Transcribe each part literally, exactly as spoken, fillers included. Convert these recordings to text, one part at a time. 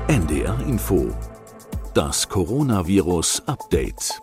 N D R Info. Das Coronavirus-Update.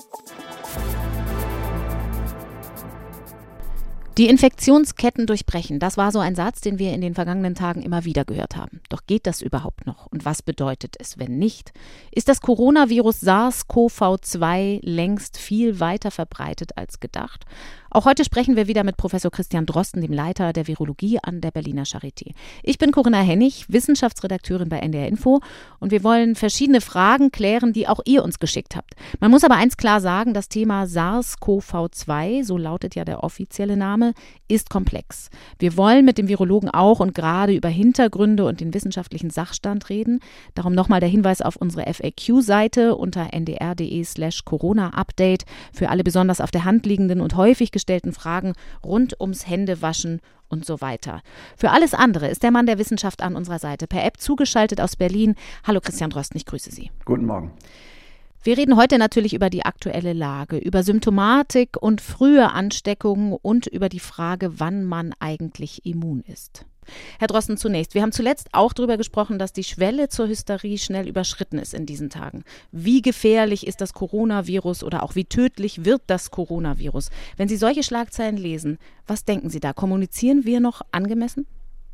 Die Infektionsketten durchbrechen, das war so ein Satz, den wir in den vergangenen Tagen immer wieder gehört haben. Doch geht das überhaupt noch? Und was bedeutet es, wenn nicht? Ist das Coronavirus SARS-C o V zwei längst viel weiter verbreitet als gedacht? Auch heute sprechen wir wieder mit Professor Christian Drosten, dem Leiter der Virologie an der Berliner Charité. Ich bin Corinna Hennig, Wissenschaftsredakteurin bei N D R Info, und wir wollen verschiedene Fragen klären, die auch ihr uns geschickt habt. Man muss aber eins klar sagen, das Thema SARS-C o V zwei, so lautet ja der offizielle Name, ist komplex. Wir wollen mit dem Virologen auch und gerade über Hintergründe und den wissenschaftlichen Sachstand reden. Darum nochmal der Hinweis auf unsere F A Q-Seite unter n d r punkt d e slash Corona-Update für alle besonders auf der Hand liegenden und häufig gestellten Fragen rund ums Händewaschen und so weiter. Für alles andere ist der Mann der Wissenschaft an unserer Seite per App zugeschaltet aus Berlin. Hallo Christian Drosten, ich grüße Sie. Guten Morgen. Wir reden heute natürlich über die aktuelle Lage, über Symptomatik und frühe Ansteckungen und über die Frage, wann man eigentlich immun ist. Herr Drosten, zunächst. Wir haben zuletzt auch darüber gesprochen, dass die Schwelle zur Hysterie schnell überschritten ist in diesen Tagen. Wie gefährlich ist das Coronavirus oder auch wie tödlich wird das Coronavirus? Wenn Sie solche Schlagzeilen lesen, was denken Sie da? Kommunizieren wir noch angemessen?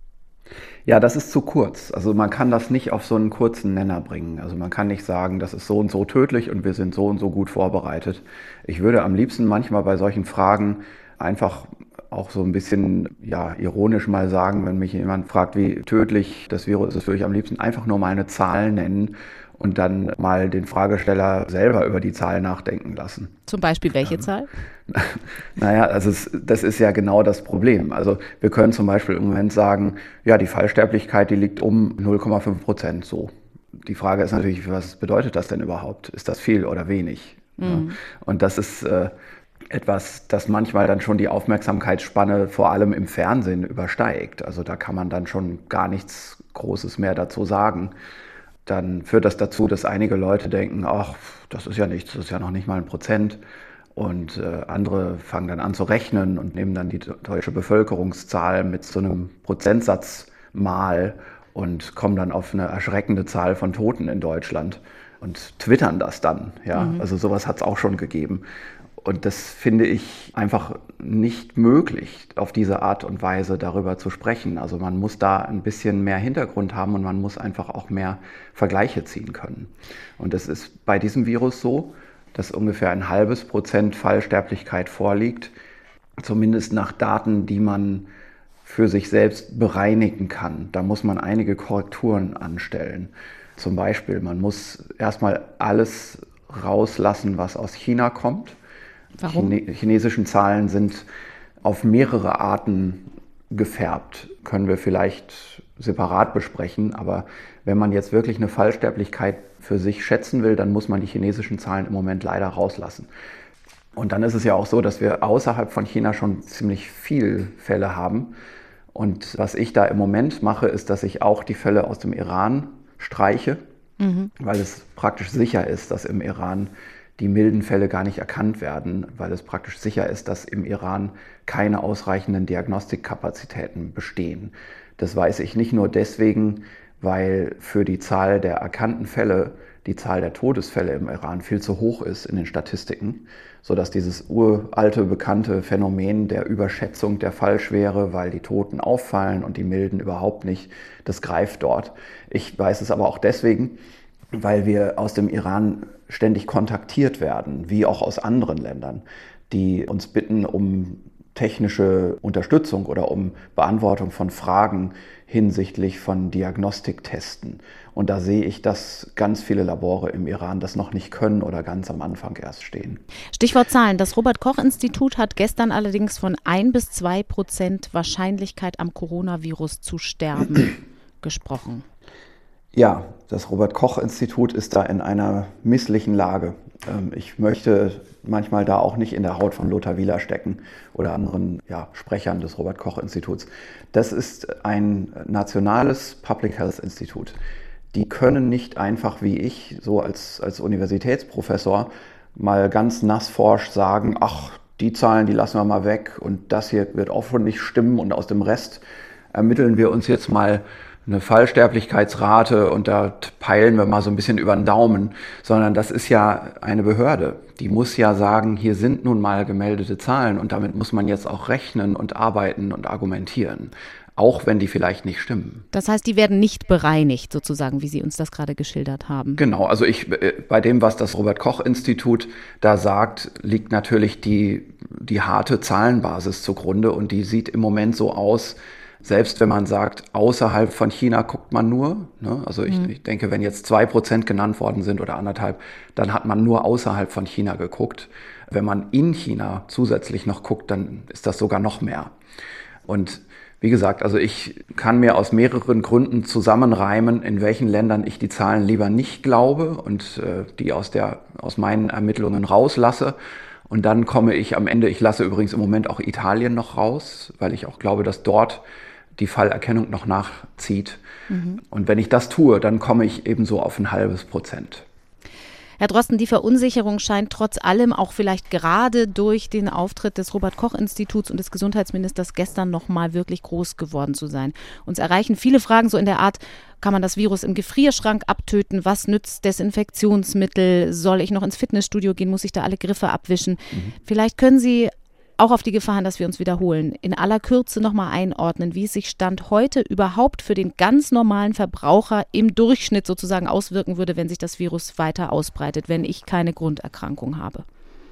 Ja, das ist zu kurz. Also man kann das nicht auf so einen kurzen Nenner bringen. Also man kann nicht sagen, das ist so und so tödlich und wir sind so und so gut vorbereitet. Ich würde am liebsten manchmal bei solchen Fragen einfach auch so ein bisschen ja, ironisch mal sagen, wenn mich jemand fragt, wie tödlich das Virus ist, würde ich am liebsten einfach nur mal eine Zahl nennen und dann mal den Fragesteller selber über die Zahl nachdenken lassen. Zum Beispiel welche ähm, Zahl? Naja, also es, das ist ja genau das Problem. Also wir können zum Beispiel im Moment sagen, ja, die Fallsterblichkeit, die liegt um null Komma fünf Prozent so. Die Frage ist natürlich, was bedeutet das denn überhaupt? Ist das viel oder wenig? Mhm. Ja, und das ist äh, etwas, das manchmal dann schon die Aufmerksamkeitsspanne vor allem im Fernsehen übersteigt. Also da kann man dann schon gar nichts Großes mehr dazu sagen. Dann führt das dazu, dass einige Leute denken, ach, das ist ja nichts, das ist ja noch nicht mal ein Prozent. Und äh, andere fangen dann an zu rechnen und nehmen dann die deutsche Bevölkerungszahl mit so einem Prozentsatz mal und kommen dann auf eine erschreckende Zahl von Toten in Deutschland und twittern das dann. Ja? Mhm. Also sowas hat es auch schon gegeben. Und das finde ich einfach nicht möglich, auf diese Art und Weise darüber zu sprechen. Also man muss da ein bisschen mehr Hintergrund haben und man muss einfach auch mehr Vergleiche ziehen können. Und es ist bei diesem Virus so, dass ungefähr ein halbes Prozent Fallsterblichkeit vorliegt, zumindest nach Daten, die man für sich selbst bereinigen kann. Da muss man einige Korrekturen anstellen. Zum Beispiel, man muss erstmal alles rauslassen, was aus China kommt. Warum? Die chinesischen Zahlen sind auf mehrere Arten gefärbt. Können wir vielleicht separat besprechen. Aber wenn man jetzt wirklich eine Fallsterblichkeit für sich schätzen will, dann muss man die chinesischen Zahlen im Moment leider rauslassen. Und dann ist es ja auch so, dass wir außerhalb von China schon ziemlich viele Fälle haben. Und was ich da im Moment mache, ist, dass ich auch die Fälle aus dem Iran streiche, mhm. weil es praktisch sicher ist, dass im Iran die milden Fälle gar nicht erkannt werden, weil es praktisch sicher ist, dass im Iran keine ausreichenden Diagnostikkapazitäten bestehen. Das weiß ich nicht nur deswegen, weil für die Zahl der erkannten Fälle die Zahl der Todesfälle im Iran viel zu hoch ist in den Statistiken, sodass dieses uralte, bekannte Phänomen der Überschätzung der Fallschwere, weil die Toten auffallen und die milden überhaupt nicht, das greift dort. Ich weiß es aber auch deswegen, weil wir aus dem Iran ständig kontaktiert werden, wie auch aus anderen Ländern, die uns bitten um technische Unterstützung oder um Beantwortung von Fragen hinsichtlich von Diagnostiktesten. Und da sehe ich, dass ganz viele Labore im Iran das noch nicht können oder ganz am Anfang erst stehen. Stichwort Zahlen. Das Robert-Koch-Institut hat gestern allerdings von ein bis zwei Prozent Wahrscheinlichkeit am Coronavirus zu sterben gesprochen. Ja, das Robert-Koch-Institut ist da in einer misslichen Lage. Ich möchte manchmal da auch nicht in der Haut von Lothar Wieler stecken oder anderen ja, Sprechern des Robert-Koch-Instituts. Das ist ein nationales Public Health Institut. Die können nicht einfach wie ich, so als, als Universitätsprofessor, mal ganz nassforsch sagen, ach, die Zahlen, die lassen wir mal weg und das hier wird auch schon nicht stimmen und aus dem Rest ermitteln wir uns jetzt mal eine Fallsterblichkeitsrate und da peilen wir mal so ein bisschen über den Daumen, sondern das ist ja eine Behörde. Die muss ja sagen, hier sind nun mal gemeldete Zahlen und damit muss man jetzt auch rechnen und arbeiten und argumentieren, auch wenn die vielleicht nicht stimmen. Das heißt, die werden nicht bereinigt, sozusagen, wie Sie uns das gerade geschildert haben. Genau, also ich bei dem, was das Robert-Koch-Institut da sagt, liegt natürlich die, die harte Zahlenbasis zugrunde und die sieht im Moment so aus, selbst wenn man sagt, außerhalb von China guckt man nur, ne? Also ich, mhm. ich denke, wenn jetzt zwei Prozent genannt worden sind oder anderthalb, dann hat man nur außerhalb von China geguckt. Wenn man in China zusätzlich noch guckt, dann ist das sogar noch mehr. Und wie gesagt, also ich kann mir aus mehreren Gründen zusammenreimen, in welchen Ländern ich die Zahlen lieber nicht glaube und äh, die aus, der, aus meinen Ermittlungen rauslasse. Und dann komme ich am Ende, ich lasse übrigens im Moment auch Italien noch raus, weil ich auch glaube, dass dort die Fallerkennung noch nachzieht. Mhm. Und wenn ich das tue, dann komme ich eben so auf ein halbes Prozent. Herr Drosten, die Verunsicherung scheint trotz allem auch vielleicht gerade durch den Auftritt des Robert-Koch-Instituts und des Gesundheitsministers gestern noch mal wirklich groß geworden zu sein. Uns erreichen viele Fragen so in der Art, kann man das Virus im Gefrierschrank abtöten? Was nützt Desinfektionsmittel? Soll ich noch ins Fitnessstudio gehen? Muss ich da alle Griffe abwischen? Mhm. Vielleicht können Sie auch auf die Gefahr hin, dass wir uns wiederholen, in aller Kürze nochmal einordnen, wie es sich Stand heute überhaupt für den ganz normalen Verbraucher im Durchschnitt sozusagen auswirken würde, wenn sich das Virus weiter ausbreitet, wenn ich keine Grunderkrankung habe.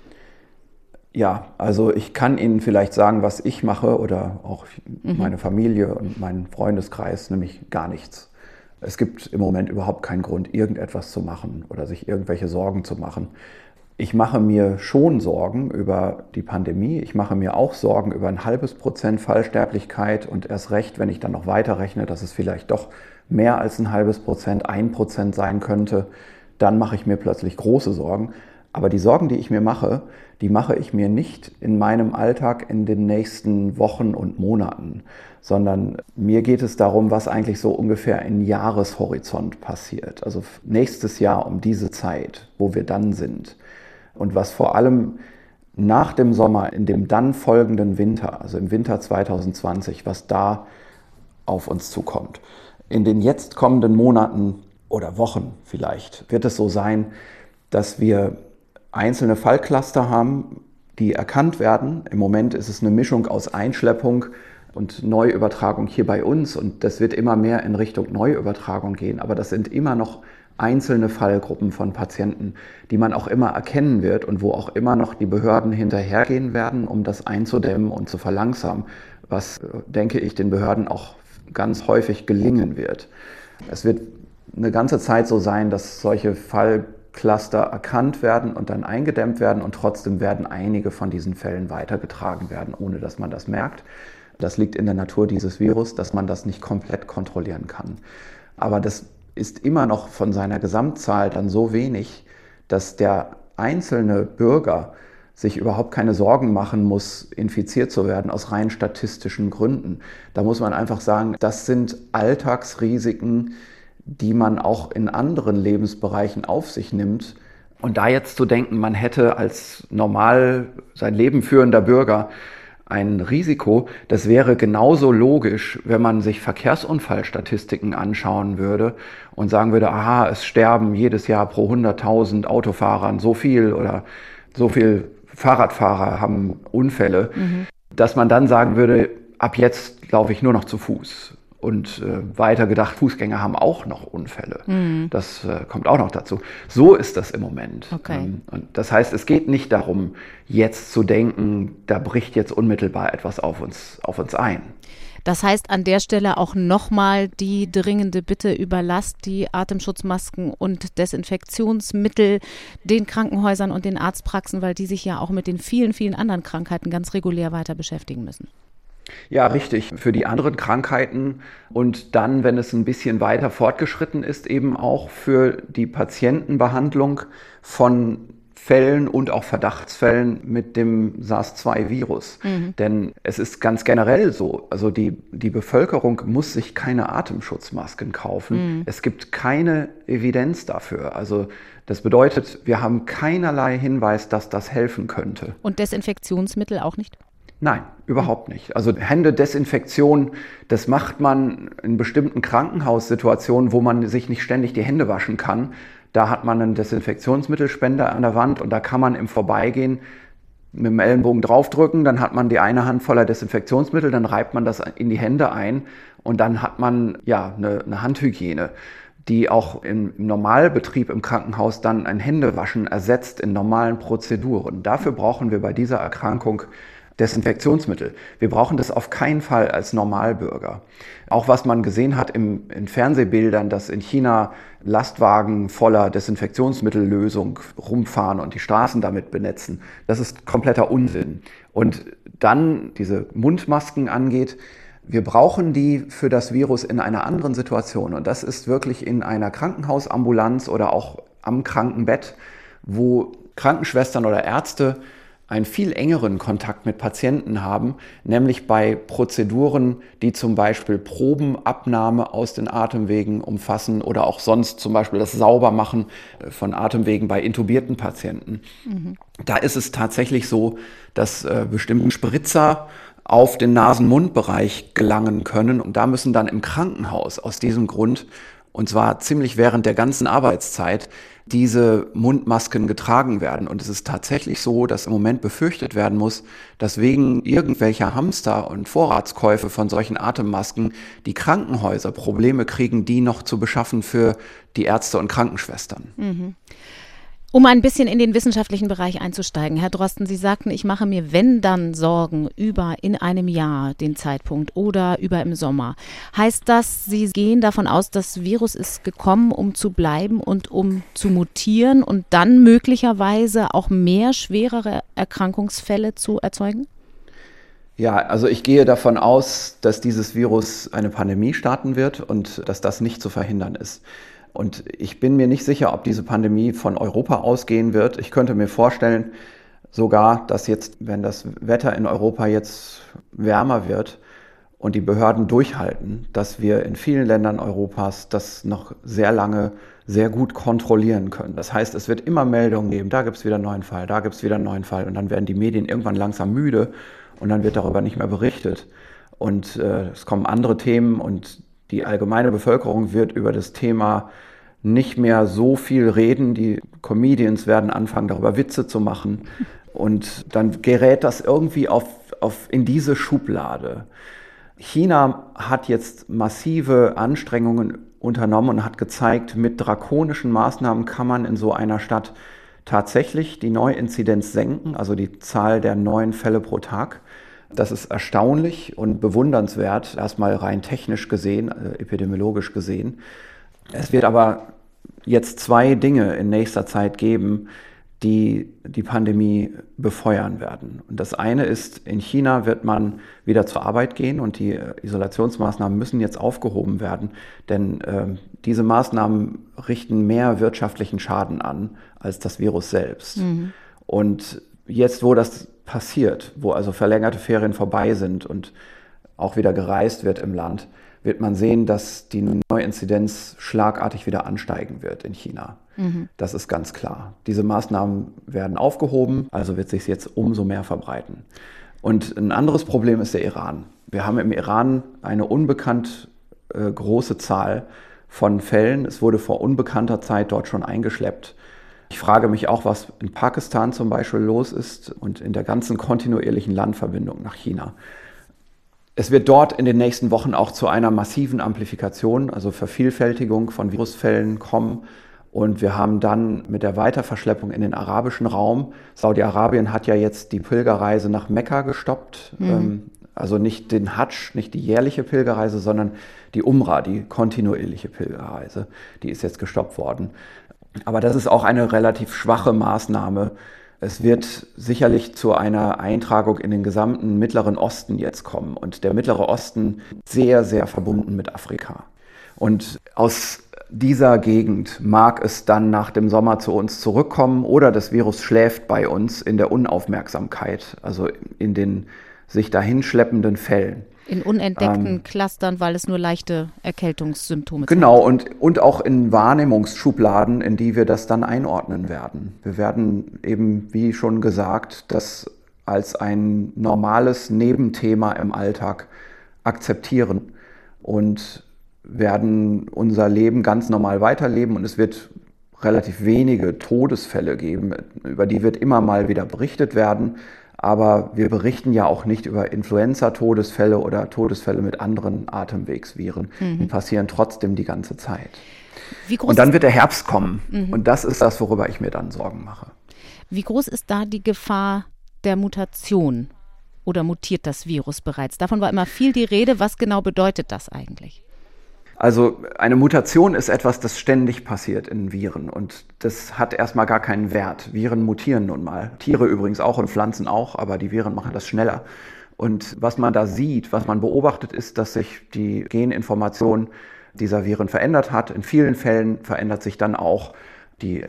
Ja, also ich kann Ihnen vielleicht sagen, was ich mache oder auch mhm. meine Familie und mein Freundeskreis, nämlich gar nichts. Es gibt im Moment überhaupt keinen Grund, irgendetwas zu machen oder sich irgendwelche Sorgen zu machen. Ich mache mir schon Sorgen über die Pandemie. Ich mache mir auch Sorgen über ein halbes Prozent Fallsterblichkeit und erst recht, wenn ich dann noch weiterrechne, dass es vielleicht doch mehr als ein halbes Prozent, ein Prozent sein könnte, dann mache ich mir plötzlich große Sorgen. Aber die Sorgen, die ich mir mache, die mache ich mir nicht in meinem Alltag in den nächsten Wochen und Monaten, sondern mir geht es darum, was eigentlich so ungefähr in Jahreshorizont passiert. Also nächstes Jahr um diese Zeit, wo wir dann sind. Und was vor allem nach dem Sommer, in dem dann folgenden Winter, also im Winter zwanzig zwanzig, was da auf uns zukommt. In den jetzt kommenden Monaten oder Wochen vielleicht wird es so sein, dass wir einzelne Fallcluster haben, die erkannt werden. Im Moment ist es eine Mischung aus Einschleppung und Neuübertragung hier bei uns. Und das wird immer mehr in Richtung Neuübertragung gehen. Aber das sind immer noch einzelne Fallgruppen von Patienten, die man auch immer erkennen wird und wo auch immer noch die Behörden hinterhergehen werden, um das einzudämmen und zu verlangsamen, was, denke ich, den Behörden auch ganz häufig gelingen wird. Es wird eine ganze Zeit so sein, dass solche Fallcluster erkannt werden und dann eingedämmt werden und trotzdem werden einige von diesen Fällen weitergetragen werden, ohne dass man das merkt. Das liegt in der Natur dieses Virus, dass man das nicht komplett kontrollieren kann. Aber das ist immer noch von seiner Gesamtzahl dann so wenig, dass der einzelne Bürger sich überhaupt keine Sorgen machen muss, infiziert zu werden aus rein statistischen Gründen. Da muss man einfach sagen, das sind Alltagsrisiken, die man auch in anderen Lebensbereichen auf sich nimmt. Und da jetzt zu denken, man hätte als normal sein Leben führender Bürger ein Risiko, das wäre genauso logisch, wenn man sich Verkehrsunfallstatistiken anschauen würde und sagen würde, aha, es sterben jedes Jahr pro hunderttausend Autofahrern so viel oder so viel Fahrradfahrer haben Unfälle, mhm. dass man dann sagen würde, ab jetzt laufe ich nur noch zu Fuß. Und äh, weiter gedacht, Fußgänger haben auch noch Unfälle. Mhm. Das äh, kommt auch noch dazu. So ist das im Moment. Okay. Ähm, und das heißt, es geht nicht darum, jetzt zu denken, da bricht jetzt unmittelbar etwas auf uns, auf uns ein. Das heißt an der Stelle auch nochmal die dringende Bitte, überlasst die Atemschutzmasken und Desinfektionsmittel den Krankenhäusern und den Arztpraxen, weil die sich ja auch mit den vielen, vielen anderen Krankheiten ganz regulär weiter beschäftigen müssen. Ja, richtig. Für die anderen Krankheiten und dann, wenn es ein bisschen weiter fortgeschritten ist, eben auch für die Patientenbehandlung von Fällen und auch Verdachtsfällen mit dem SARS zwei Virus. Mhm. Denn es ist ganz generell so, also die, die Bevölkerung muss sich keine Atemschutzmasken kaufen. Mhm. Es gibt keine Evidenz dafür. Also das bedeutet, wir haben keinerlei Hinweis, dass das helfen könnte. Und Desinfektionsmittel auch nicht? Nein, überhaupt nicht. Also Händedesinfektion, das macht man in bestimmten Krankenhaussituationen, wo man sich nicht ständig die Hände waschen kann. Da hat man einen Desinfektionsmittelspender an der Wand und da kann man im Vorbeigehen mit dem Ellenbogen draufdrücken, dann hat man die eine Hand voller Desinfektionsmittel, dann reibt man das in die Hände ein und dann hat man ja eine, eine Handhygiene, die auch im, im Normalbetrieb im Krankenhaus dann ein Händewaschen ersetzt in normalen Prozeduren. Dafür brauchen wir bei dieser Erkrankung Desinfektionsmittel. Wir brauchen das auf keinen Fall als Normalbürger. Auch was man gesehen hat im, in Fernsehbildern, dass in China Lastwagen voller Desinfektionsmittellösung rumfahren und die Straßen damit benetzen, das ist kompletter Unsinn. Und dann diese Mundmasken angeht, wir brauchen die für das Virus in einer anderen Situation. Und das ist wirklich in einer Krankenhausambulanz oder auch am Krankenbett, wo Krankenschwestern oder Ärzte einen viel engeren Kontakt mit Patienten haben, nämlich bei Prozeduren, die zum Beispiel Probenabnahme aus den Atemwegen umfassen oder auch sonst zum Beispiel das Saubermachen von Atemwegen bei intubierten Patienten. Mhm. Da ist es tatsächlich so, dass äh, bestimmte Spritzer auf den Nasen-Mund-Bereich gelangen können und da müssen dann im Krankenhaus aus diesem Grund, und zwar ziemlich während der ganzen Arbeitszeit, diese Mundmasken getragen werden. Und es ist tatsächlich so, dass im Moment befürchtet werden muss, dass wegen irgendwelcher Hamster- und Vorratskäufe von solchen Atemmasken die Krankenhäuser Probleme kriegen, die noch zu beschaffen für die Ärzte und Krankenschwestern. Mhm. Um ein bisschen in den wissenschaftlichen Bereich einzusteigen, Herr Drosten, Sie sagten, ich mache mir, wenn dann, Sorgen über in einem Jahr den Zeitpunkt oder über im Sommer. Heißt das, Sie gehen davon aus, das Virus ist gekommen, um zu bleiben und um zu mutieren und dann möglicherweise auch mehr schwerere Erkrankungsfälle zu erzeugen? Ja, also ich gehe davon aus, dass dieses Virus eine Pandemie starten wird und dass das nicht zu verhindern ist. Und ich bin mir nicht sicher, ob diese Pandemie von Europa ausgehen wird. Ich könnte mir vorstellen, sogar, dass jetzt, wenn das Wetter in Europa jetzt wärmer wird und die Behörden durchhalten, dass wir in vielen Ländern Europas das noch sehr lange sehr gut kontrollieren können. Das heißt, es wird immer Meldungen geben, da gibt es wieder einen neuen Fall, da gibt es wieder einen neuen Fall. Und dann werden die Medien irgendwann langsam müde und dann wird darüber nicht mehr berichtet. Und äh, es kommen andere Themen und die allgemeine Bevölkerung wird über das Thema nicht mehr so viel reden. Die Comedians werden anfangen, darüber Witze zu machen. Und dann gerät das irgendwie auf, auf in diese Schublade. China hat jetzt massive Anstrengungen unternommen und hat gezeigt, mit drakonischen Maßnahmen kann man in so einer Stadt tatsächlich die Neuinzidenz senken, also die Zahl der neuen Fälle pro Tag. Das ist erstaunlich und bewundernswert, erstmal rein technisch gesehen, äh, epidemiologisch gesehen. Es wird aber jetzt zwei Dinge in nächster Zeit geben, die die Pandemie befeuern werden. Und das eine ist, in China wird man wieder zur Arbeit gehen und die Isolationsmaßnahmen müssen jetzt aufgehoben werden, denn äh, diese Maßnahmen richten mehr wirtschaftlichen Schaden an als das Virus selbst. Mhm. Und jetzt, wo das passiert, wo also verlängerte Ferien vorbei sind und auch wieder gereist wird im Land, wird man sehen, dass die Neuinzidenz schlagartig wieder ansteigen wird in China. Mhm. Das ist ganz klar. Diese Maßnahmen werden aufgehoben, also wird sich jetzt umso mehr verbreiten. Und ein anderes Problem ist der Iran. Wir haben im Iran eine unbekannt äh, große Zahl von Fällen. Es wurde vor unbekannter Zeit dort schon eingeschleppt. Ich frage mich auch, was in Pakistan zum Beispiel los ist und in der ganzen kontinuierlichen Landverbindung nach China. Es wird dort in den nächsten Wochen auch zu einer massiven Amplifikation, also Vervielfältigung von Virusfällen kommen. Und wir haben dann mit der Weiterverschleppung in den arabischen Raum, Saudi-Arabien hat ja jetzt die Pilgerreise nach Mekka gestoppt, mhm. ähm, also nicht den Hadsch, nicht die jährliche Pilgerreise, sondern die Umrah, die kontinuierliche Pilgerreise, die ist jetzt gestoppt worden. Aber das ist auch eine relativ schwache Maßnahme. Es wird sicherlich zu einer Eintragung in den gesamten Mittleren Osten jetzt kommen. Und der Mittlere Osten sehr, sehr verbunden mit Afrika. Und aus dieser Gegend mag es dann nach dem Sommer zu uns zurückkommen oder das Virus schläft bei uns in der Unaufmerksamkeit, also in den sich dahinschleppenden Fällen. In unentdeckten ähm, Clustern, weil es nur leichte Erkältungssymptome sind. Genau, und, und auch in Wahrnehmungsschubladen, in die wir das dann einordnen werden. Wir werden eben, wie schon gesagt, das als ein normales Nebenthema im Alltag akzeptieren und werden unser Leben ganz normal weiterleben und es wird relativ wenige Todesfälle geben, über die wird immer mal wieder berichtet werden, aber wir berichten ja auch nicht über Influenza-Todesfälle oder Todesfälle mit anderen Atemwegsviren. Mhm. Die passieren trotzdem die ganze Zeit. Wie groß und dann wird der Herbst kommen mhm. und das ist das, worüber ich mir dann Sorgen mache. Wie groß ist da die Gefahr der Mutation oder mutiert das Virus bereits? Davon war immer viel die Rede. Was genau bedeutet das eigentlich? Also eine Mutation ist etwas, das ständig passiert in Viren und das hat erstmal gar keinen Wert. Viren mutieren nun mal. Tiere übrigens auch und Pflanzen auch, aber die Viren machen das schneller. Und was man da sieht, was man beobachtet, ist, dass sich die Geninformation dieser Viren verändert hat. In vielen Fällen verändert sich dann auch die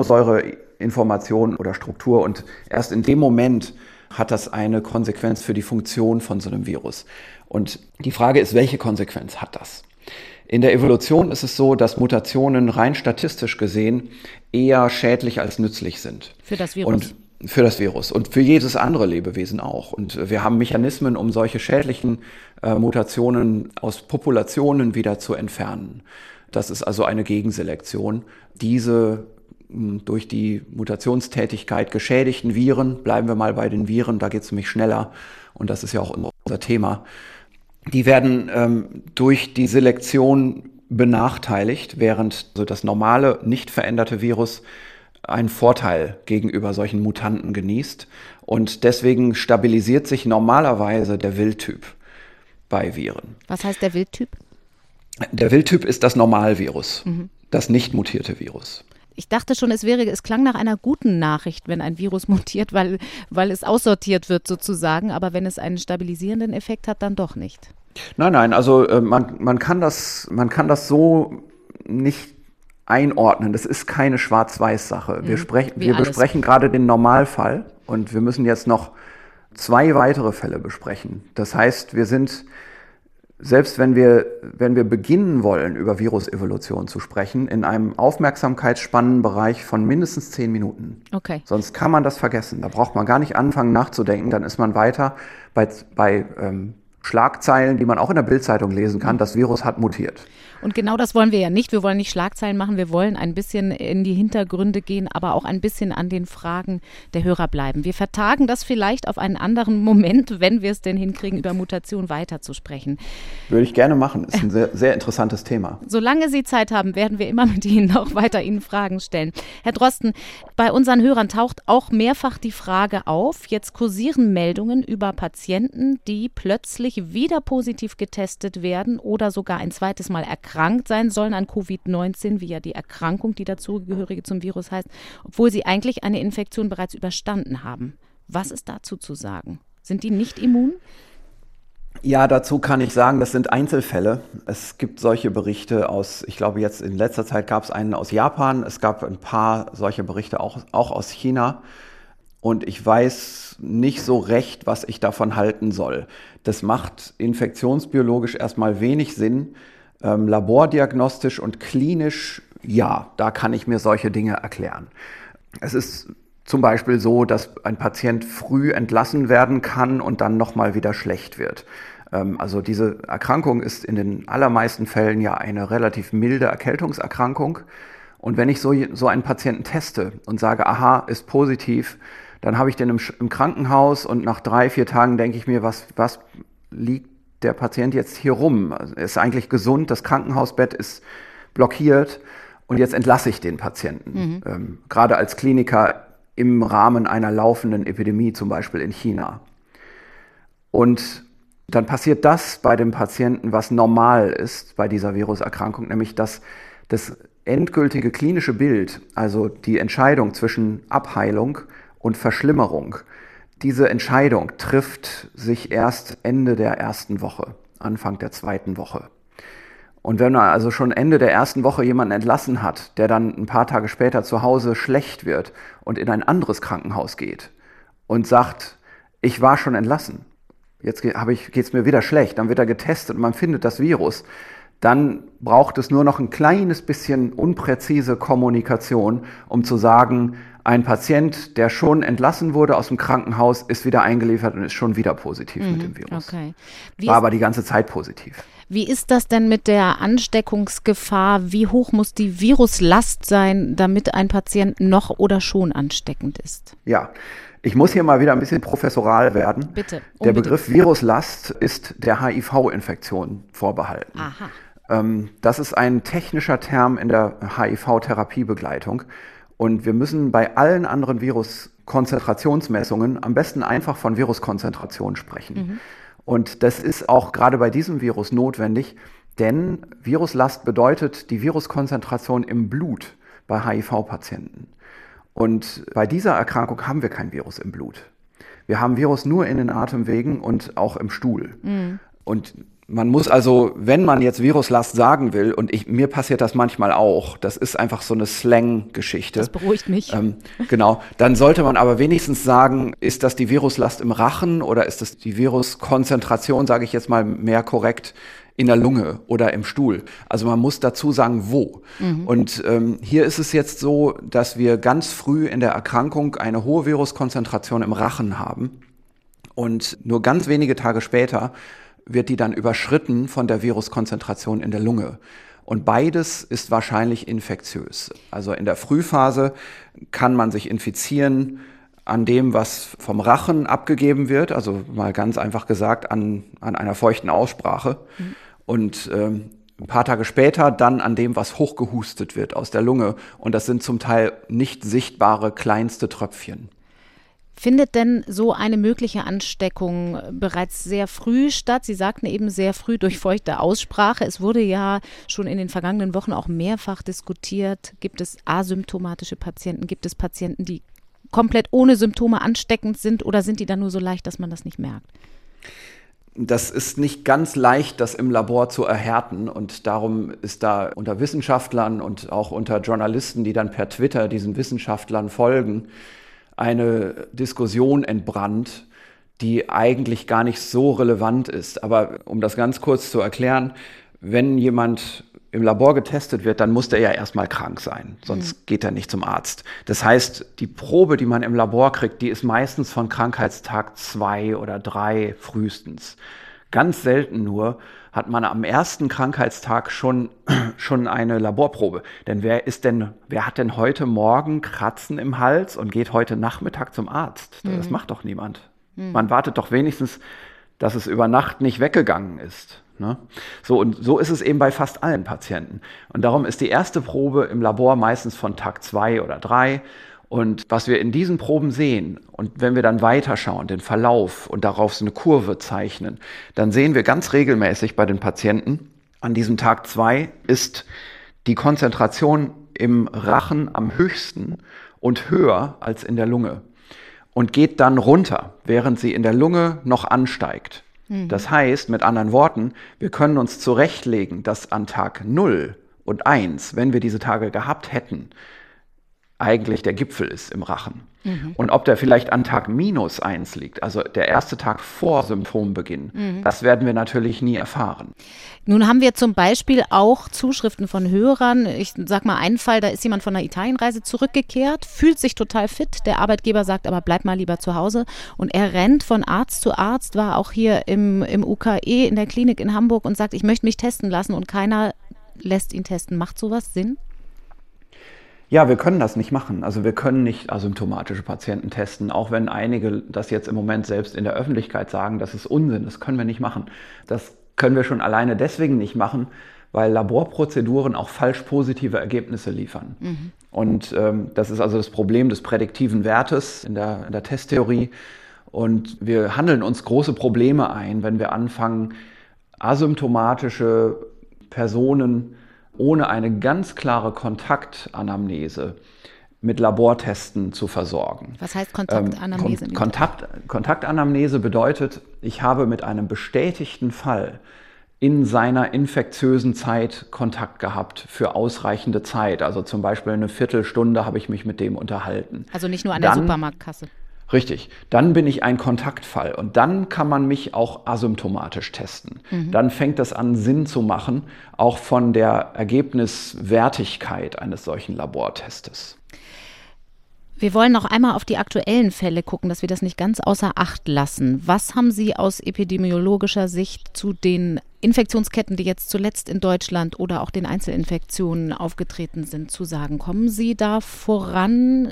Aminosäureinformation oder Struktur und erst in dem Moment hat das eine Konsequenz für die Funktion von so einem Virus. Und die Frage ist, welche Konsequenz hat das? In der Evolution ist es so, dass Mutationen rein statistisch gesehen eher schädlich als nützlich sind. Für das Virus? Und für das Virus und für jedes andere Lebewesen auch. Und wir haben Mechanismen, um solche schädlichen äh, Mutationen aus Populationen wieder zu entfernen. Das ist also eine Gegenselektion. Diese mh, durch die Mutationstätigkeit geschädigten Viren, bleiben wir mal bei den Viren, da geht es nämlich schneller und das ist ja auch unser Thema, die werden ähm, durch die Selektion benachteiligt, während so das normale, nicht veränderte Virus einen Vorteil gegenüber solchen Mutanten genießt. Und deswegen stabilisiert sich normalerweise der Wildtyp bei Viren. Was heißt der Wildtyp? Der Wildtyp ist das Normalvirus, mhm. das nicht mutierte Virus. Ich dachte schon, es wäre, es klang nach einer guten Nachricht, wenn ein Virus mutiert, weil, weil es aussortiert wird sozusagen. Aber wenn es einen stabilisierenden Effekt hat, dann doch nicht. Nein, nein, also äh, man, man kann das, man kann das so nicht einordnen. Das ist keine Schwarz-Weiß-Sache. Wir, sprech, wir besprechen gerade den Normalfall und wir müssen jetzt noch zwei weitere Fälle besprechen. Das heißt, wir sind, selbst wenn wir, wenn wir beginnen wollen, über Virusevolution zu sprechen, in einem Aufmerksamkeitsspannenbereich von mindestens zehn Minuten. Okay. Sonst kann man das vergessen. Da braucht man gar nicht anfangen nachzudenken. Dann ist man weiter bei, bei ähm, Schlagzeilen, die man auch in der Bild-Zeitung lesen kann, das Virus hat mutiert. Und genau das wollen wir ja nicht. Wir wollen nicht Schlagzeilen machen, wir wollen ein bisschen in die Hintergründe gehen, aber auch ein bisschen an den Fragen der Hörer bleiben. Wir vertagen das vielleicht auf einen anderen Moment, wenn wir es denn hinkriegen, über Mutation weiterzusprechen. Würde ich gerne machen. Ist ein sehr, sehr interessantes Thema. Solange Sie Zeit haben, werden wir immer mit Ihnen auch weiter Ihnen Fragen stellen. Herr Drosten, bei unseren Hörern taucht auch mehrfach die Frage auf, jetzt kursieren Meldungen über Patienten, die plötzlich wieder positiv getestet werden oder sogar ein zweites Mal erkrankt sein sollen an Covid neunzehn, wie ja die Erkrankung, die dazugehörige zum Virus heißt, obwohl sie eigentlich eine Infektion bereits überstanden haben. Was ist dazu zu sagen? Sind die nicht immun? Ja, dazu kann ich sagen, das sind Einzelfälle. Es gibt solche Berichte aus, ich glaube jetzt in letzter Zeit gab es einen aus Japan, es gab ein paar solche Berichte auch, auch aus China. Und ich weiß nicht so recht, was ich davon halten soll. Das macht infektionsbiologisch erstmal wenig Sinn. Ähm, labordiagnostisch und klinisch, ja, da kann ich mir solche Dinge erklären. Es ist zum Beispiel so, dass ein Patient früh entlassen werden kann und dann nochmal wieder schlecht wird. Ähm, also diese Erkrankung ist in den allermeisten Fällen ja eine relativ milde Erkältungserkrankung. Und wenn ich so, so einen Patienten teste und sage, aha, ist positiv, dann habe ich den im, im Krankenhaus und nach drei, vier Tagen denke ich mir, was, was liegt der Patient jetzt hier rum? Also er ist eigentlich gesund, das Krankenhausbett ist blockiert und jetzt entlasse ich den Patienten. Mhm. Ähm, gerade als Kliniker im Rahmen einer laufenden Epidemie, zum Beispiel in China. Und dann passiert das bei dem Patienten, was normal ist bei dieser Viruserkrankung, nämlich dass das endgültige klinische Bild, also die Entscheidung zwischen Abheilung und Verschlimmerung, diese Entscheidung trifft sich erst Ende der ersten Woche, Anfang der zweiten Woche. Und wenn man also schon Ende der ersten Woche jemanden entlassen hat, der dann ein paar Tage später zu Hause schlecht wird und in ein anderes Krankenhaus geht und sagt, ich war schon entlassen, jetzt geht es mir wieder schlecht, dann wird er getestet und man findet das Virus, dann braucht es nur noch ein kleines bisschen unpräzise Kommunikation, um zu sagen, ein Patient, der schon entlassen wurde aus dem Krankenhaus, ist wieder eingeliefert und ist schon wieder positiv mhm, mit dem Virus. Okay. War aber die ganze Zeit positiv. Wie ist das denn mit der Ansteckungsgefahr? Wie hoch muss die Viruslast sein, damit ein Patient noch oder schon ansteckend ist? Ja, ich muss hier mal wieder ein bisschen professoral werden. Bitte, unbedingt. Der Begriff Viruslast ist der H I V-Infektion vorbehalten. Aha. Ähm, das ist ein technischer Term in der H I V-Therapiebegleitung. Und wir müssen bei allen anderen Viruskonzentrationsmessungen am besten einfach von Viruskonzentration sprechen. Mhm. Und das ist auch gerade bei diesem Virus notwendig, denn Viruslast bedeutet die Viruskonzentration im Blut bei H I V-Patienten. Und bei dieser Erkrankung haben wir kein Virus im Blut. Wir haben Virus nur in den Atemwegen und auch im Stuhl. Mhm. Und man muss also, wenn man jetzt Viruslast sagen will, und ich, mir passiert das manchmal auch, das ist einfach so eine Slang-Geschichte. Das beruhigt mich. Ähm, genau, dann sollte man aber wenigstens sagen, ist das die Viruslast im Rachen oder ist das die Viruskonzentration, sage ich jetzt mal mehr korrekt, in der Lunge oder im Stuhl. Also man muss dazu sagen, wo. Mhm. Und ähm, hier ist es jetzt so, dass wir ganz früh in der Erkrankung eine hohe Viruskonzentration im Rachen haben und nur ganz wenige Tage später wird die dann überschritten von der Viruskonzentration in der Lunge. Und beides ist wahrscheinlich infektiös. Also in der Frühphase kann man sich infizieren an dem, was vom Rachen abgegeben wird, also mal ganz einfach gesagt an, an einer feuchten Aussprache. Mhm. Und ähm, ein paar Tage später dann an dem, was hochgehustet wird aus der Lunge. Und das sind zum Teil nicht sichtbare kleinste Tröpfchen. Findet denn so eine mögliche Ansteckung bereits sehr früh statt? Sie sagten eben sehr früh durch feuchte Aussprache. Es wurde ja schon in den vergangenen Wochen auch mehrfach diskutiert. Gibt es asymptomatische Patienten? Gibt es Patienten, die komplett ohne Symptome ansteckend sind? Oder sind die dann nur so leicht, dass man das nicht merkt? Das ist nicht ganz leicht, das im Labor zu erhärten. Und darum ist da unter Wissenschaftlern und auch unter Journalisten, die dann per Twitter diesen Wissenschaftlern folgen, eine Diskussion entbrannt, die eigentlich gar nicht so relevant ist. Aber um das ganz kurz zu erklären, wenn jemand im Labor getestet wird, dann muss der ja erstmal krank sein, sonst mhm. geht er nicht zum Arzt. Das heißt, die Probe, die man im Labor kriegt, die ist meistens von Krankheitstag zwei oder drei frühestens. Ganz selten nur hat man am ersten Krankheitstag schon, schon eine Laborprobe. Denn wer ist denn, wer hat denn heute Morgen Kratzen im Hals und geht heute Nachmittag zum Arzt? Mhm. Das macht doch niemand. Mhm. Man wartet doch wenigstens, dass es über Nacht nicht weggegangen ist. Ne? So, und so ist es eben bei fast allen Patienten. Und darum ist die erste Probe im Labor meistens von Tag zwei oder drei. Und was wir in diesen Proben sehen, und wenn wir dann weiterschauen, den Verlauf und darauf so eine Kurve zeichnen, dann sehen wir ganz regelmäßig bei den Patienten, an diesem Tag zwei ist die Konzentration im Rachen am höchsten und höher als in der Lunge und geht dann runter, während sie in der Lunge noch ansteigt. Mhm. Das heißt, mit anderen Worten, wir können uns zurechtlegen, dass an Tag null und eins, wenn wir diese Tage gehabt hätten, eigentlich der Gipfel ist im Rachen. Mhm. Und ob der vielleicht an Tag minus eins liegt, also der erste Tag vor Symptombeginn, mhm. das werden wir natürlich nie erfahren. Nun haben wir zum Beispiel auch Zuschriften von Hörern. Ich sag mal einen Fall, da ist jemand von einer Italienreise zurückgekehrt, fühlt sich total fit. Der Arbeitgeber sagt aber, bleib mal lieber zu Hause. Und er rennt von Arzt zu Arzt, war auch hier im, im U K E in der Klinik in Hamburg und sagt, ich möchte mich testen lassen und keiner lässt ihn testen. Macht sowas Sinn? Ja, wir können das nicht machen. Also wir können nicht asymptomatische Patienten testen, auch wenn einige das jetzt im Moment selbst in der Öffentlichkeit sagen, das ist Unsinn, das können wir nicht machen. Das können wir schon alleine deswegen nicht machen, weil Laborprozeduren auch falsch positive Ergebnisse liefern. Mhm. Und ähm, das ist also das Problem des prädiktiven Wertes in der, in der Testtheorie. Und wir handeln uns große Probleme ein, wenn wir anfangen, asymptomatische Personen ohne eine ganz klare Kontaktanamnese mit Labortesten zu versorgen. Was heißt Kontaktanamnese? Ähm, Kontakt, Kontaktanamnese bedeutet, ich habe mit einem bestätigten Fall in seiner infektiösen Zeit Kontakt gehabt für ausreichende Zeit. Also zum Beispiel eine Viertelstunde habe ich mich mit dem unterhalten. Also nicht nur an der Dann, Supermarktkasse. Richtig. Dann bin ich ein Kontaktfall und dann kann man mich auch asymptomatisch testen. Mhm. Dann fängt es an, Sinn zu machen, auch von der Ergebniswertigkeit eines solchen Labortestes. Wir wollen noch einmal auf die aktuellen Fälle gucken, dass wir das nicht ganz außer Acht lassen. Was haben Sie aus epidemiologischer Sicht zu den Infektionsketten, die jetzt zuletzt in Deutschland oder auch den Einzelinfektionen aufgetreten sind, zu sagen? Kommen Sie da voran?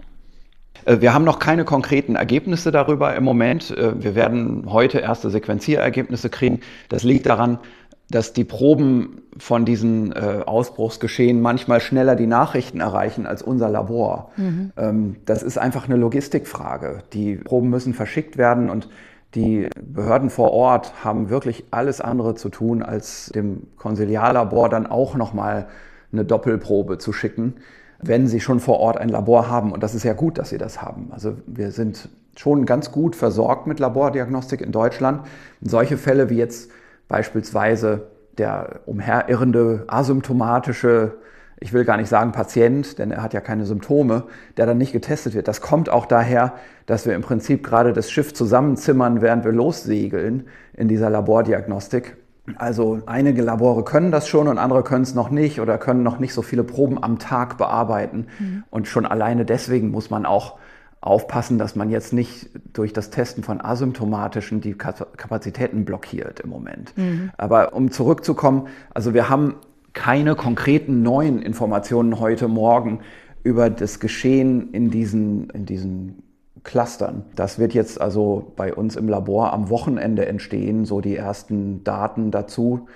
Wir haben noch keine konkreten Ergebnisse darüber im Moment. Wir werden heute erste Sequenzierergebnisse kriegen. Das liegt daran, dass die Proben von diesen äh, Ausbruchsgeschehen manchmal schneller die Nachrichten erreichen als unser Labor. Mhm. Ähm, das ist einfach eine Logistikfrage. Die Proben müssen verschickt werden und die Behörden vor Ort haben wirklich alles andere zu tun, als dem Konsiliarlabor dann auch nochmal eine Doppelprobe zu schicken, wenn sie schon vor Ort ein Labor haben. Und das ist ja gut, dass sie das haben. Also wir sind schon ganz gut versorgt mit Labordiagnostik in Deutschland. Und solche Fälle wie jetzt beispielsweise der umherirrende, asymptomatische, ich will gar nicht sagen Patient, denn er hat ja keine Symptome, der dann nicht getestet wird. Das kommt auch daher, dass wir im Prinzip gerade das Schiff zusammenzimmern, während wir lossegeln in dieser Labordiagnostik. Also einige Labore können das schon und andere können es noch nicht oder können noch nicht so viele Proben am Tag bearbeiten. Mhm. Und schon alleine deswegen muss man auch aufpassen, dass man jetzt nicht durch das Testen von Asymptomatischen die Kapazitäten blockiert im Moment. Mhm. Aber um zurückzukommen, also wir haben keine konkreten neuen Informationen heute Morgen über das Geschehen in diesen, in diesen Clustern. Das wird jetzt also bei uns im Labor am Wochenende entstehen, so die ersten Daten dazu.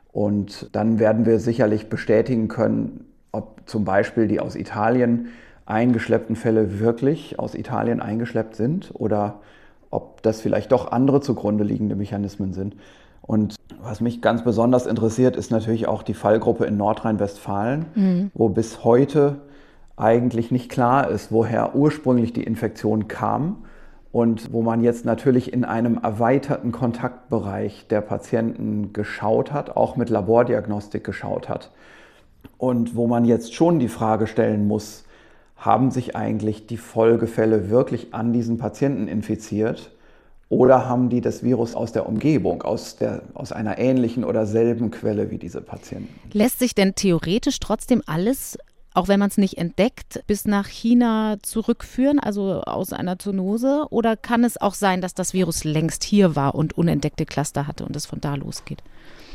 Und dann werden wir sicherlich bestätigen können, ob zum Beispiel die aus Italien eingeschleppten Fälle wirklich aus Italien eingeschleppt sind oder ob das vielleicht doch andere zugrunde liegende Mechanismen sind. Und was mich ganz besonders interessiert, ist natürlich auch die Fallgruppe in Nordrhein-Westfalen, mhm. wo bis heute eigentlich nicht klar ist, woher ursprünglich die Infektion kam und wo man jetzt natürlich in einem erweiterten Kontaktbereich der Patienten geschaut hat, auch mit Labordiagnostik geschaut hat. Und wo man jetzt schon die Frage stellen muss, haben sich eigentlich die Folgefälle wirklich an diesen Patienten infiziert oder haben die das Virus aus der Umgebung, aus, der, aus einer ähnlichen oder selben Quelle wie diese Patienten? Lässt sich denn theoretisch trotzdem alles, auch wenn man es nicht entdeckt, bis nach China zurückführen, also aus einer Zoonose? Oder kann es auch sein, dass das Virus längst hier war und unentdeckte Cluster hatte und es von da losgeht?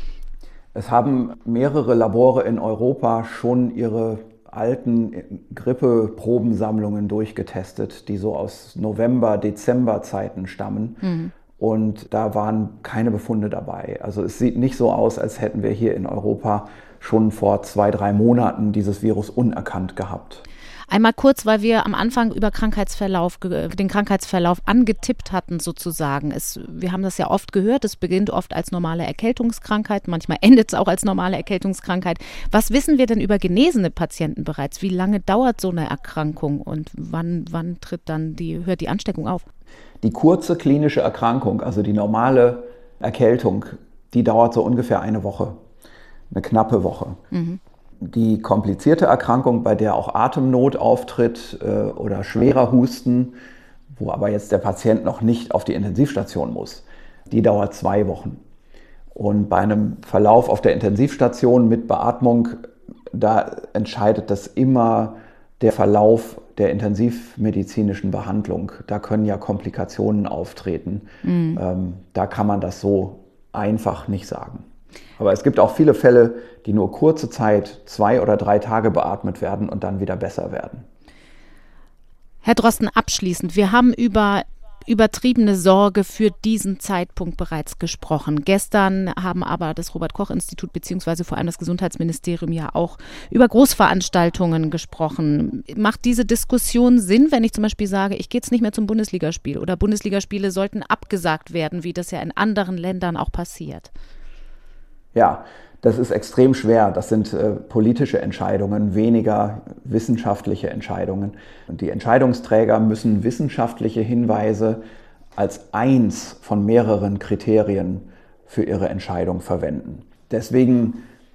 Es haben mehrere Labore in Europa schon ihre alten Grippeprobensammlungen durchgetestet, die so aus November-, Dezember-Zeiten stammen. Mhm. Und da waren keine Befunde dabei. Also es sieht nicht so aus, als hätten wir hier in Europa schon vor zwei, drei Monaten dieses Virus unerkannt gehabt. Einmal kurz, weil wir am Anfang über Krankheitsverlauf, den Krankheitsverlauf angetippt hatten sozusagen. Es, wir haben das ja oft gehört, es beginnt oft als normale Erkältungskrankheit, manchmal endet es auch als normale Erkältungskrankheit. Was wissen wir denn über genesene Patienten bereits? Wie lange dauert so eine Erkrankung und wann, wann tritt dann die, hört die Ansteckung auf? Die kurze klinische Erkrankung, also die normale Erkältung, die dauert so ungefähr eine Woche, eine knappe Woche. Mhm. Die komplizierte Erkrankung, bei der auch Atemnot auftritt äh, oder schwerer Husten, wo aber jetzt der Patient noch nicht auf die Intensivstation muss, die dauert zwei Wochen. Und bei einem Verlauf auf der Intensivstation mit Beatmung, da entscheidet das immer der Verlauf der intensivmedizinischen Behandlung. Da können ja Komplikationen auftreten. Mhm. Ähm, da kann man das so einfach nicht sagen. Aber es gibt auch viele Fälle, die nur kurze Zeit, zwei oder drei Tage beatmet werden und dann wieder besser werden. Herr Drosten, abschließend, wir haben über übertriebene Sorge für diesen Zeitpunkt bereits gesprochen. Gestern haben aber das Robert-Koch-Institut bzw. vor allem das Gesundheitsministerium ja auch über Großveranstaltungen gesprochen. Macht diese Diskussion Sinn, wenn ich zum Beispiel sage, ich gehe jetzt nicht mehr zum Bundesligaspiel oder Bundesligaspiele sollten abgesagt werden, wie das ja in anderen Ländern auch passiert? Ja, das ist extrem schwer. Das sind äh, politische Entscheidungen, weniger wissenschaftliche Entscheidungen. Und die Entscheidungsträger müssen wissenschaftliche Hinweise als eins von mehreren Kriterien für ihre Entscheidung verwenden. Deswegen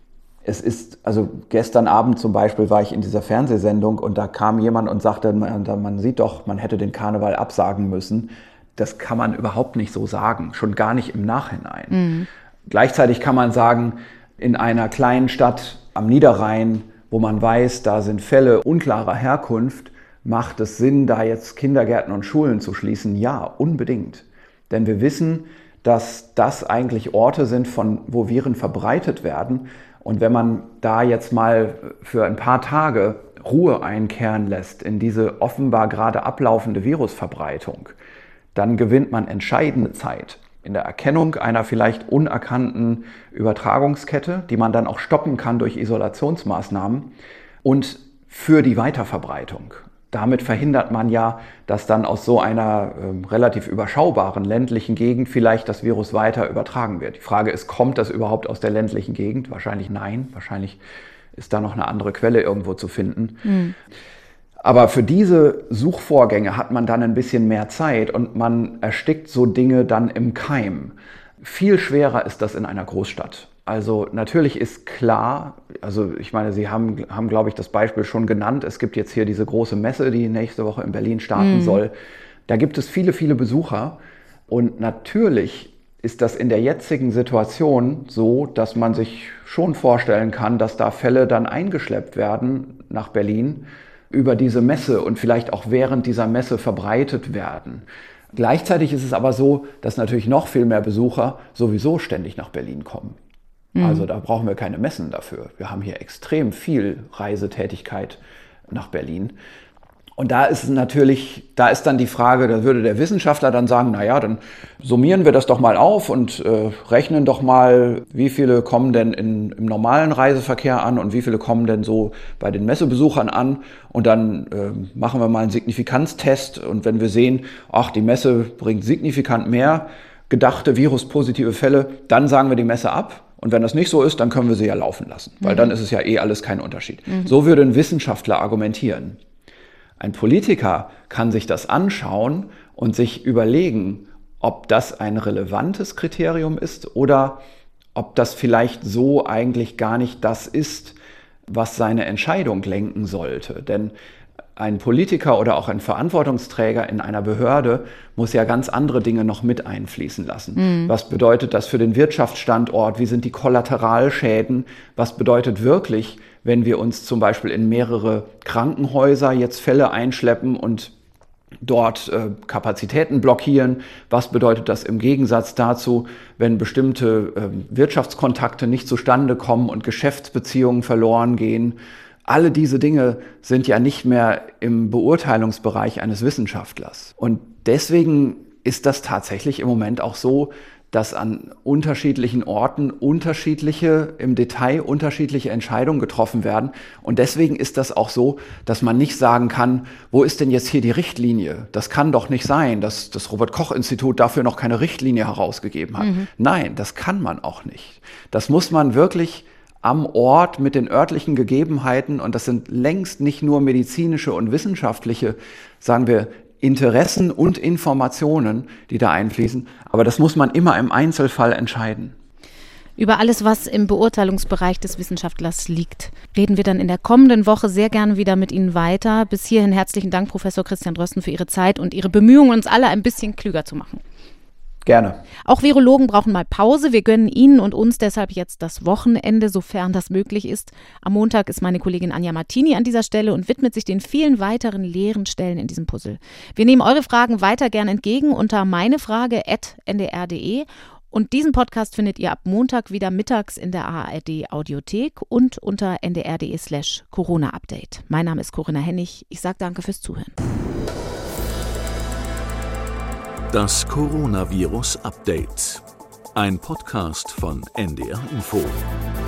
Es ist, also gestern Abend zum Beispiel war ich in dieser Fernsehsendung und da kam jemand und sagte, man, man sieht doch, man hätte den Karneval absagen müssen. Das kann man überhaupt nicht so sagen, schon gar nicht im Nachhinein. Mhm. Gleichzeitig kann man sagen, in einer kleinen Stadt am Niederrhein, wo man weiß, da sind Fälle unklarer Herkunft, macht es Sinn, da jetzt Kindergärten und Schulen zu schließen? Ja, unbedingt. Denn wir wissen, dass das eigentlich Orte sind, von wo Viren verbreitet werden. Und wenn man da jetzt mal für ein paar Tage Ruhe einkehren lässt in diese offenbar gerade ablaufende Virusverbreitung, dann gewinnt man entscheidende Zeit in der Erkennung einer vielleicht unerkannten Übertragungskette, die man dann auch stoppen kann durch Isolationsmaßnahmen und für die Weiterverbreitung. Damit verhindert man ja, dass dann aus so einer äh, relativ überschaubaren ländlichen Gegend vielleicht das Virus weiter übertragen wird. Die Frage ist, kommt das überhaupt aus der ländlichen Gegend? Wahrscheinlich nein. Wahrscheinlich ist da noch eine andere Quelle irgendwo zu finden. Mhm. Aber für diese Suchvorgänge hat man dann ein bisschen mehr Zeit und man erstickt so Dinge dann im Keim. Viel schwerer ist das in einer Großstadt. Also natürlich ist klar, also ich meine, Sie haben, haben, glaube ich, das Beispiel schon genannt. Es gibt jetzt hier diese große Messe, die nächste Woche in Berlin starten mm. soll. Da gibt es viele, viele Besucher. Und natürlich ist das in der jetzigen Situation so, dass man sich schon vorstellen kann, dass da Fälle dann eingeschleppt werden nach Berlin über diese Messe und vielleicht auch während dieser Messe verbreitet werden. Gleichzeitig ist es aber so, dass natürlich noch viel mehr Besucher sowieso ständig nach Berlin kommen. Also da brauchen wir keine Messen dafür. Wir haben hier extrem viel Reisetätigkeit nach Berlin. Und da ist es natürlich, da ist dann die Frage, da würde der Wissenschaftler dann sagen, naja, dann summieren wir das doch mal auf und äh, rechnen doch mal, wie viele kommen denn in, im normalen Reiseverkehr an und wie viele kommen denn so bei den Messebesuchern an. Und dann äh, machen wir mal einen Signifikanztest. Und wenn wir sehen, ach, die Messe bringt signifikant mehr gedachte viruspositive Fälle, dann sagen wir die Messe ab. Und wenn das nicht so ist, dann können wir sie ja laufen lassen, weil mhm. dann ist es ja eh alles kein Unterschied. Mhm. So würde ein Wissenschaftler argumentieren. Ein Politiker kann sich das anschauen und sich überlegen, ob das ein relevantes Kriterium ist oder ob das vielleicht so eigentlich gar nicht das ist, was seine Entscheidung lenken sollte. Denn ein Politiker oder auch ein Verantwortungsträger in einer Behörde muss ja ganz andere Dinge noch mit einfließen lassen. Mhm. Was bedeutet das für den Wirtschaftsstandort? Wie sind die Kollateralschäden? Was bedeutet wirklich, wenn wir uns zum Beispiel in mehrere Krankenhäuser jetzt Fälle einschleppen und dort äh, Kapazitäten blockieren? Was bedeutet das im Gegensatz dazu, wenn bestimmte äh, Wirtschaftskontakte nicht zustande kommen und Geschäftsbeziehungen verloren gehen? Alle diese Dinge sind ja nicht mehr im Beurteilungsbereich eines Wissenschaftlers. Und deswegen ist das tatsächlich im Moment auch so, dass an unterschiedlichen Orten unterschiedliche, im Detail unterschiedliche Entscheidungen getroffen werden. Und deswegen ist das auch so, dass man nicht sagen kann, wo ist denn jetzt hier die Richtlinie? Das kann doch nicht sein, dass das Robert-Koch-Institut dafür noch keine Richtlinie herausgegeben hat. Mhm. Nein, das kann man auch nicht. Das muss man wirklich am Ort mit den örtlichen Gegebenheiten, und das sind längst nicht nur medizinische und wissenschaftliche, sagen wir, Interessen und Informationen, die da einfließen. Aber das muss man immer im Einzelfall entscheiden. Über alles, was im Beurteilungsbereich des Wissenschaftlers liegt, reden wir dann in der kommenden Woche sehr gerne wieder mit Ihnen weiter. Bis hierhin herzlichen Dank, Professor Christian Drosten, für Ihre Zeit und Ihre Bemühungen, uns alle ein bisschen klüger zu machen. Gerne. Auch Virologen brauchen mal Pause. Wir gönnen Ihnen und uns deshalb jetzt das Wochenende, sofern das möglich ist. Am Montag ist meine Kollegin Anja Martini an dieser Stelle und widmet sich den vielen weiteren leeren Stellen in diesem Puzzle. Wir nehmen eure Fragen weiter gern entgegen unter meinefrage at n d r punkt d e. Und diesen Podcast findet ihr ab Montag wieder mittags in der A R D Audiothek und unter n d r punkt d e slash Corona Update. Mein Name ist Corinna Hennig. Ich sage danke fürs Zuhören. Das Coronavirus Update. Ein Podcast von N D R Info.